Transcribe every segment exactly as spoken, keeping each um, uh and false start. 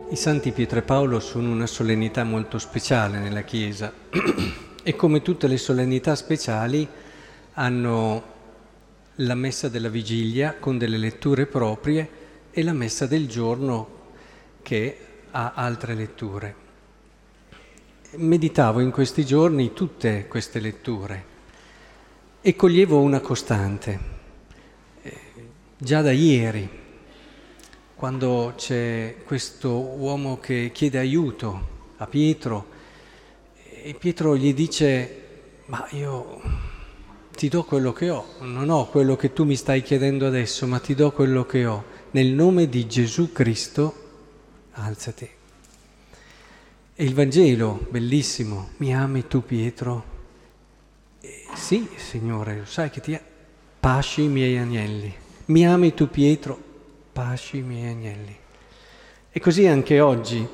I santi Pietro e Paolo sono una solennità molto speciale nella Chiesa e come tutte le solennità speciali hanno la messa della vigilia con delle letture proprie e la messa del giorno che ha altre letture. Meditavo in questi giorni tutte queste letture e coglievo una costante. Eh, già da ieri, quando c'è questo uomo che chiede aiuto a Pietro e Pietro gli dice: ma io ti do quello che ho, non ho quello che tu mi stai chiedendo adesso, ma ti do quello che ho. Nel nome di Gesù Cristo, alzati. E il Vangelo, bellissimo: mi ami tu, Pietro? Eh, sì, Signore, lo sai che ti ha... pasci i miei agnelli. Mi ami tu, Pietro? Pasci i miei agnelli. E così anche oggi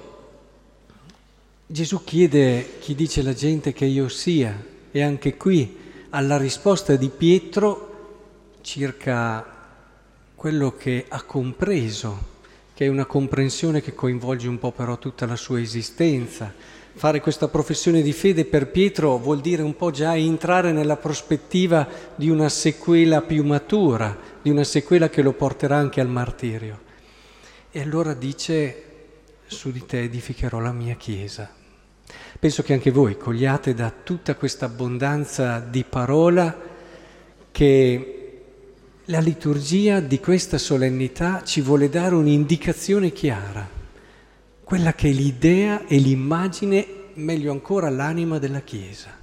Gesù chiede chi dice la gente che io sia, e anche qui alla risposta di Pietro circa quello che ha compreso, che è una comprensione che coinvolge un po' però tutta la sua esistenza. Fare questa professione di fede per Pietro vuol dire un po' già entrare nella prospettiva di una sequela più matura, di una sequela che lo porterà anche al martirio. E allora dice: su di te edificherò la mia Chiesa. Penso che anche voi cogliate da tutta questa abbondanza di parola che la liturgia di questa solennità ci vuole dare un'indicazione chiara, quella che è l'idea e l'immagine, meglio ancora l'anima della Chiesa.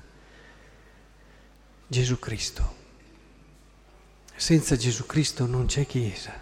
Gesù Cristo. Senza Gesù Cristo non c'è Chiesa.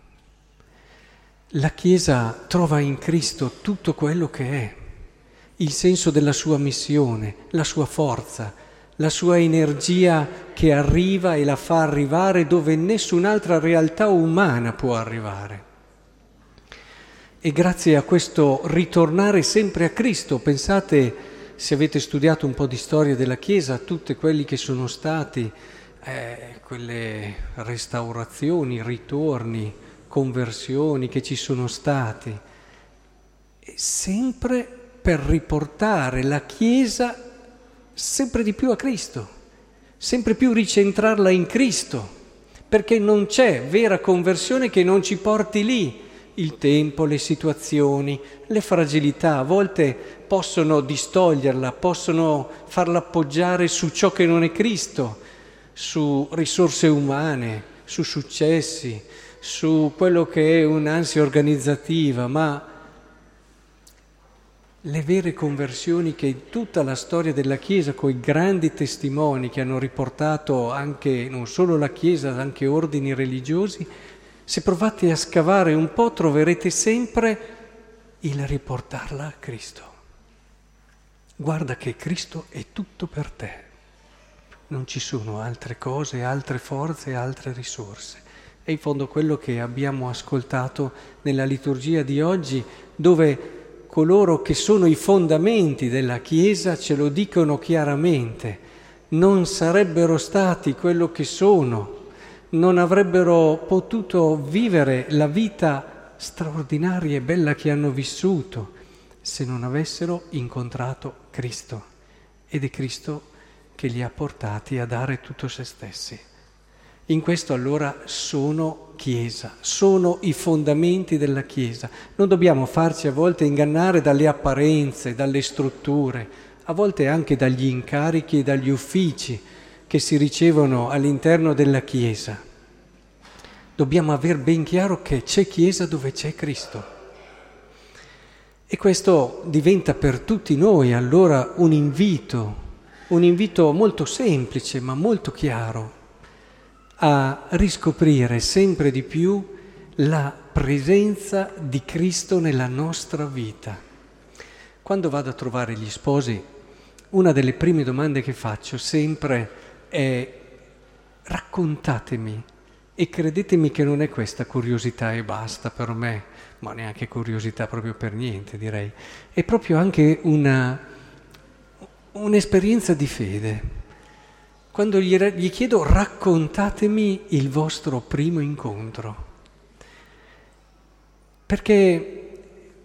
La Chiesa trova in Cristo tutto quello che è, il senso della sua missione, la sua forza, la sua energia che arriva e la fa arrivare dove nessun'altra realtà umana può arrivare. E grazie a questo ritornare sempre a Cristo, pensate, se avete studiato un po' di storia della Chiesa, a tutti quelli che sono stati, eh, quelle restaurazioni, ritorni, conversioni che ci sono stati, sempre per riportare la Chiesa sempre di più a Cristo, sempre più ricentrarla in Cristo, perché non c'è vera conversione che non ci porti lì. Il tempo, le situazioni, le fragilità a volte possono distoglierla, possono farla appoggiare su ciò che non è Cristo, su risorse umane, su successi, su quello che è un'ansia organizzativa, ma le vere conversioni che in tutta la storia della Chiesa, con i grandi testimoni che hanno riportato anche non solo la Chiesa, ma anche ordini religiosi, se provate a scavare un po' troverete sempre il riportarla a Cristo. Guarda che Cristo è tutto per te, non ci sono altre cose, altre forze, altre risorse. È in fondo quello che abbiamo ascoltato nella liturgia di oggi, dove coloro che sono i fondamenti della Chiesa ce lo dicono chiaramente: non sarebbero stati quello che sono, non avrebbero potuto vivere la vita straordinaria e bella che hanno vissuto se non avessero incontrato Cristo. Ed è Cristo che li ha portati a dare tutto se stessi. In questo allora sono Chiesa, sono i fondamenti della Chiesa. Non dobbiamo farci a volte ingannare dalle apparenze, dalle strutture, a volte anche dagli incarichi e dagli uffici che si ricevono all'interno della Chiesa. Dobbiamo aver ben chiaro che c'è Chiesa dove c'è Cristo. E questo diventa per tutti noi allora un invito, un invito molto semplice ma molto chiaro, a riscoprire sempre di più la presenza di Cristo nella nostra vita. Quando vado a trovare gli sposi, una delle prime domande che faccio sempre è: raccontatemi. E credetemi che non è questa curiosità e basta per me, ma neanche curiosità proprio per niente, direi. È proprio anche una, un'esperienza di fede. Quando gli, gli chiedo: raccontatemi il vostro primo incontro. Perché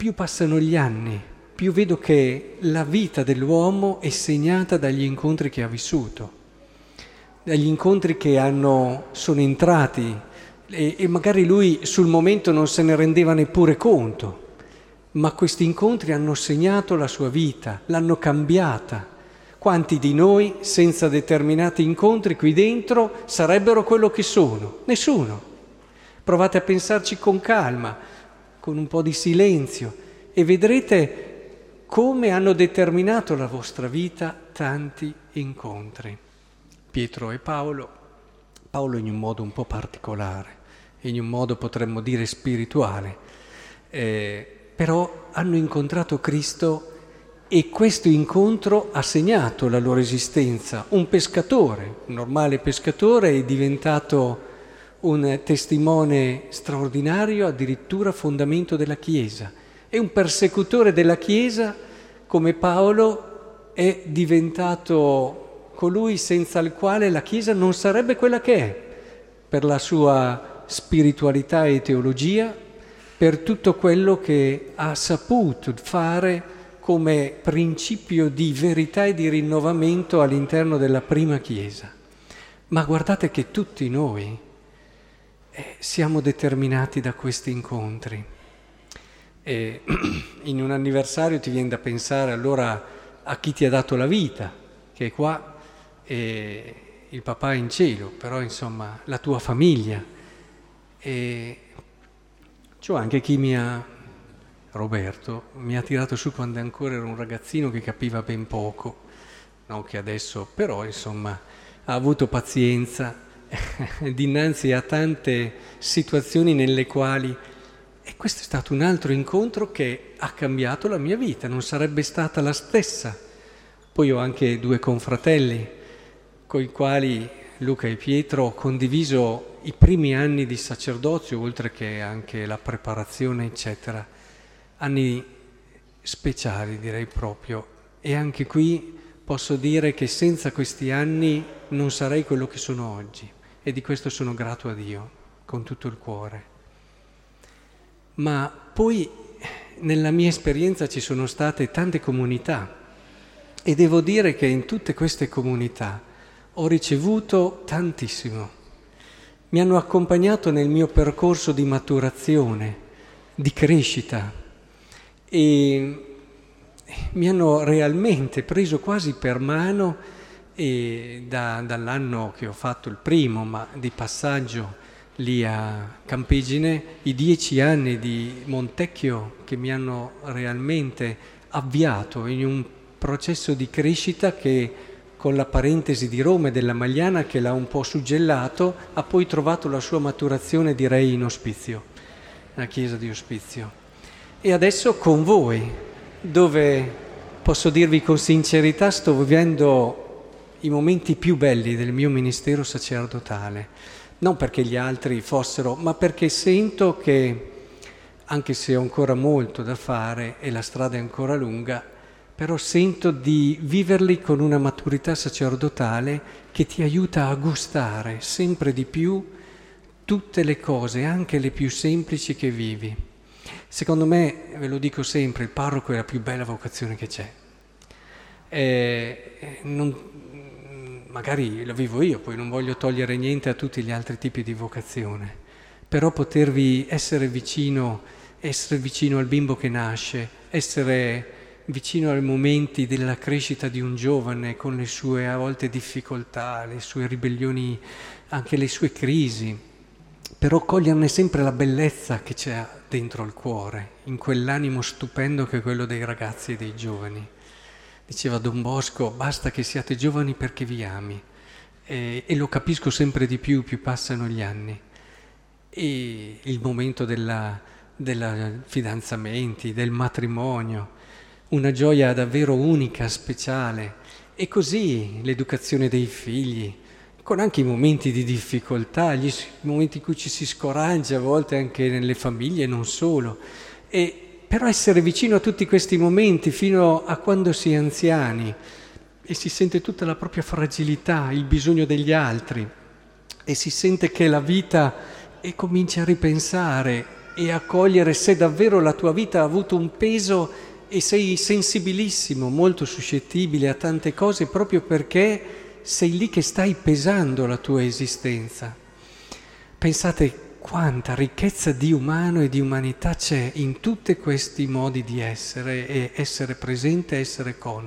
più passano gli anni, più vedo che la vita dell'uomo è segnata dagli incontri che ha vissuto, dagli incontri che hanno, sono entrati e, e magari lui sul momento non se ne rendeva neppure conto, ma questi incontri hanno segnato la sua vita, l'hanno cambiata. Quanti di noi senza determinati incontri qui dentro sarebbero quello che sono? Nessuno. Provate a pensarci con calma, con un po' di silenzio e vedrete come hanno determinato la vostra vita tanti incontri. Pietro e Paolo, Paolo in un modo un po' particolare, in un modo potremmo dire spirituale, eh, però hanno incontrato Cristo e questo incontro ha segnato la loro esistenza. Un pescatore, un normale pescatore, è diventato un testimone straordinario, addirittura fondamento della Chiesa. E un persecutore della Chiesa, come Paolo, è diventato colui senza il quale la Chiesa non sarebbe quella che è, per la sua spiritualità e teologia, per tutto quello che ha saputo fare come principio di verità e di rinnovamento all'interno della prima Chiesa. Ma guardate che tutti noi eh, siamo determinati da questi incontri. E in un anniversario ti viene da pensare allora a chi ti ha dato la vita, che è qua, e il papà è in cielo, però insomma la tua famiglia. E c'ho anche chi mi ha... Roberto mi ha tirato su quando ancora era un ragazzino che capiva ben poco, non che adesso, però insomma ha avuto pazienza dinanzi a tante situazioni nelle quali, e questo è stato un altro incontro che ha cambiato la mia vita, non sarebbe stata la stessa. Poi ho anche due confratelli con i quali, Luca e Pietro, ho condiviso i primi anni di sacerdozio, oltre che anche la preparazione, eccetera. Anni speciali, direi proprio, e anche qui posso dire che senza questi anni non sarei quello che sono oggi, e di questo sono grato a Dio con tutto il cuore. Ma poi nella mia esperienza ci sono state tante comunità e devo dire che in tutte queste comunità ho ricevuto tantissimo. Mi hanno accompagnato nel mio percorso di maturazione, di crescita, e mi hanno realmente preso quasi per mano, e da, dall'anno che ho fatto il primo, ma di passaggio lì a Campigine, i dieci anni di Montecchio che mi hanno realmente avviato in un processo di crescita che, con la parentesi di Roma e della Magliana che l'ha un po' suggellato, ha poi trovato la sua maturazione, direi, in Ospizio, nella chiesa di Ospizio. E adesso con voi, dove posso dirvi con sincerità sto vivendo i momenti più belli del mio ministero sacerdotale, non perché gli altri fossero, ma perché sento che, anche se ho ancora molto da fare e la strada è ancora lunga, però sento di viverli con una maturità sacerdotale che ti aiuta a gustare sempre di più tutte le cose, anche le più semplici che vivi. Secondo me, ve lo dico sempre, il parroco è la più bella vocazione che c'è. Eh, non, magari lo vivo io, poi non voglio togliere niente a tutti gli altri tipi di vocazione, però potervi essere vicino, essere vicino al bimbo che nasce, essere vicino ai momenti della crescita di un giovane con le sue a volte difficoltà, le sue ribellioni, anche le sue crisi, però coglierne sempre la bellezza che c'è dentro il cuore, in quell'animo stupendo che è quello dei ragazzi e dei giovani. Diceva Don Bosco, basta che siate giovani perché vi ami, e, e lo capisco sempre di più, più passano gli anni. E il momento della, della fidanzamenti, del matrimonio, una gioia davvero unica, speciale, e così l'educazione dei figli, con anche i momenti di difficoltà, gli momenti in cui ci si scoraggia, a volte anche nelle famiglie, non solo. E però essere vicino a tutti questi momenti fino a quando si è anziani e si sente tutta la propria fragilità, il bisogno degli altri, e si sente che la vita, e comincia a ripensare e a cogliere se davvero la tua vita ha avuto un peso e sei sensibilissimo, molto suscettibile a tante cose proprio perché sei lì che stai pesando la tua esistenza. Pensate quanta ricchezza di umano e di umanità c'è in tutti questi modi di essere e essere presente, essere con.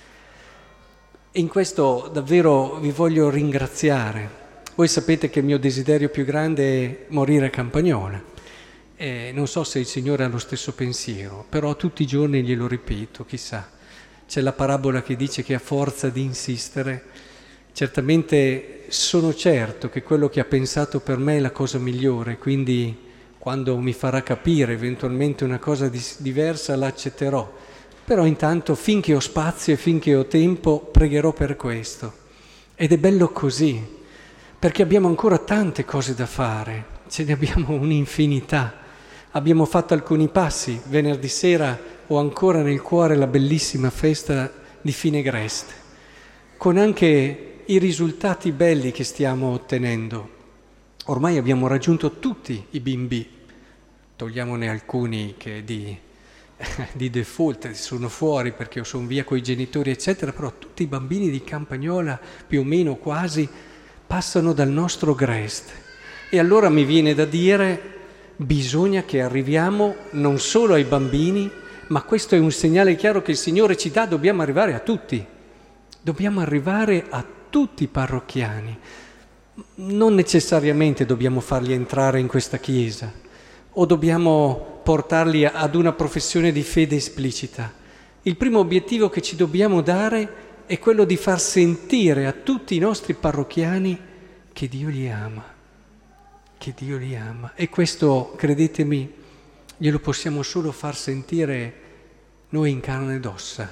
E in questo davvero vi voglio ringraziare. Voi sapete che il mio desiderio più grande è morire a Campagnola. E non so se il Signore ha lo stesso pensiero, però tutti i giorni glielo ripeto, chissà. C'è la parabola che dice che a forza di insistere, certamente sono certo che quello che ha pensato per me è la cosa migliore, quindi quando mi farà capire eventualmente una cosa di- diversa l'accetterò. Però intanto finché ho spazio e finché ho tempo pregherò per questo. Ed è bello così, perché abbiamo ancora tante cose da fare, ce ne abbiamo un'infinità. Abbiamo fatto alcuni passi, venerdì sera ho ancora nel cuore la bellissima festa di Finegreste, con anche i risultati belli che stiamo ottenendo. Ormai abbiamo raggiunto tutti i bimbi, togliamone alcuni che di, di default sono fuori perché sono via coi genitori eccetera, però tutti i bambini di Campagnola più o meno quasi passano dal nostro Grest. E allora mi viene da dire, bisogna che arriviamo non solo ai bambini, ma questo è un segnale chiaro che il Signore ci dà, dobbiamo arrivare a tutti, dobbiamo arrivare a tutti i parrocchiani, non necessariamente dobbiamo farli entrare in questa chiesa o dobbiamo portarli ad una professione di fede esplicita. Il primo obiettivo che ci dobbiamo dare è quello di far sentire a tutti i nostri parrocchiani che Dio li ama, che Dio li ama. E questo, credetemi, glielo possiamo solo far sentire noi in carne ed ossa,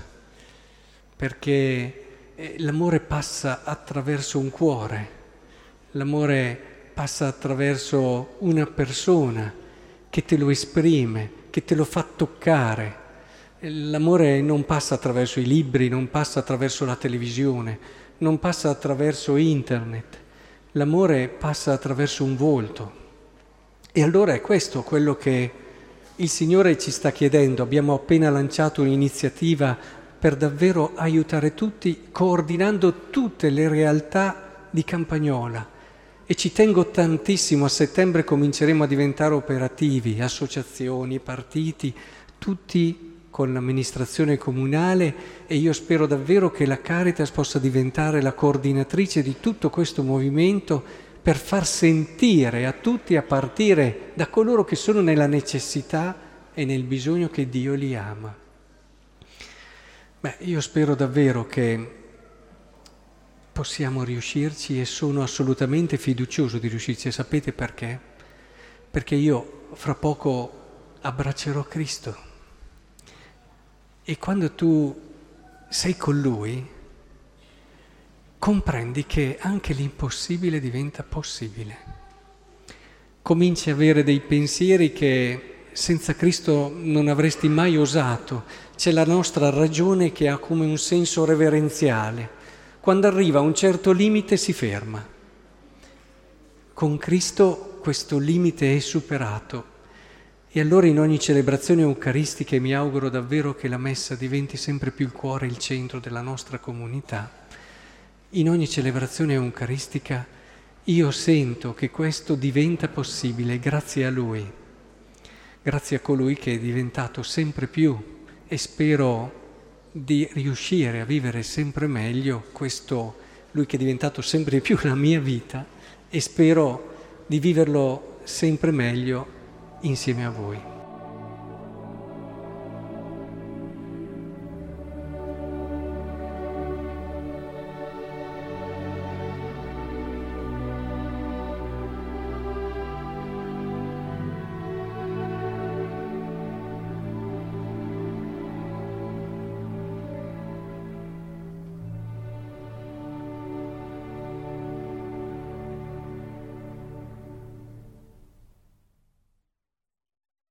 perché l'amore passa attraverso un cuore, l'amore passa attraverso una persona che te lo esprime, che te lo fa toccare. L'amore non passa attraverso i libri, non passa attraverso la televisione, non passa attraverso internet. L'amore passa attraverso un volto. E allora è questo quello che il Signore ci sta chiedendo. Abbiamo appena lanciato un'iniziativa per davvero aiutare tutti, coordinando tutte le realtà di Campagnola. E ci tengo tantissimo, a settembre cominceremo a diventare operativi, associazioni, partiti, tutti con l'amministrazione comunale, e io spero davvero che la Caritas possa diventare la coordinatrice di tutto questo movimento per far sentire a tutti, a partire da coloro che sono nella necessità e nel bisogno, che Dio li ama. Beh, io spero davvero che possiamo riuscirci e sono assolutamente fiducioso di riuscirci. E sapete perché? Perché io fra poco abbraccerò Cristo. E quando tu sei con Lui, comprendi che anche l'impossibile diventa possibile. Cominci a avere dei pensieri che senza Cristo non avresti mai osato. C'è la nostra ragione che ha come un senso reverenziale. Quando arriva a un certo limite si ferma. Con Cristo questo limite è superato. E allora in ogni celebrazione eucaristica, e mi auguro davvero che la Messa diventi sempre più il cuore e il centro della nostra comunità, in ogni celebrazione eucaristica io sento che questo diventa possibile grazie a Lui, grazie a colui che è diventato sempre più, e spero di riuscire a vivere sempre meglio questo, Lui che è diventato sempre più la mia vita, e spero di viverlo sempre meglio insieme a voi.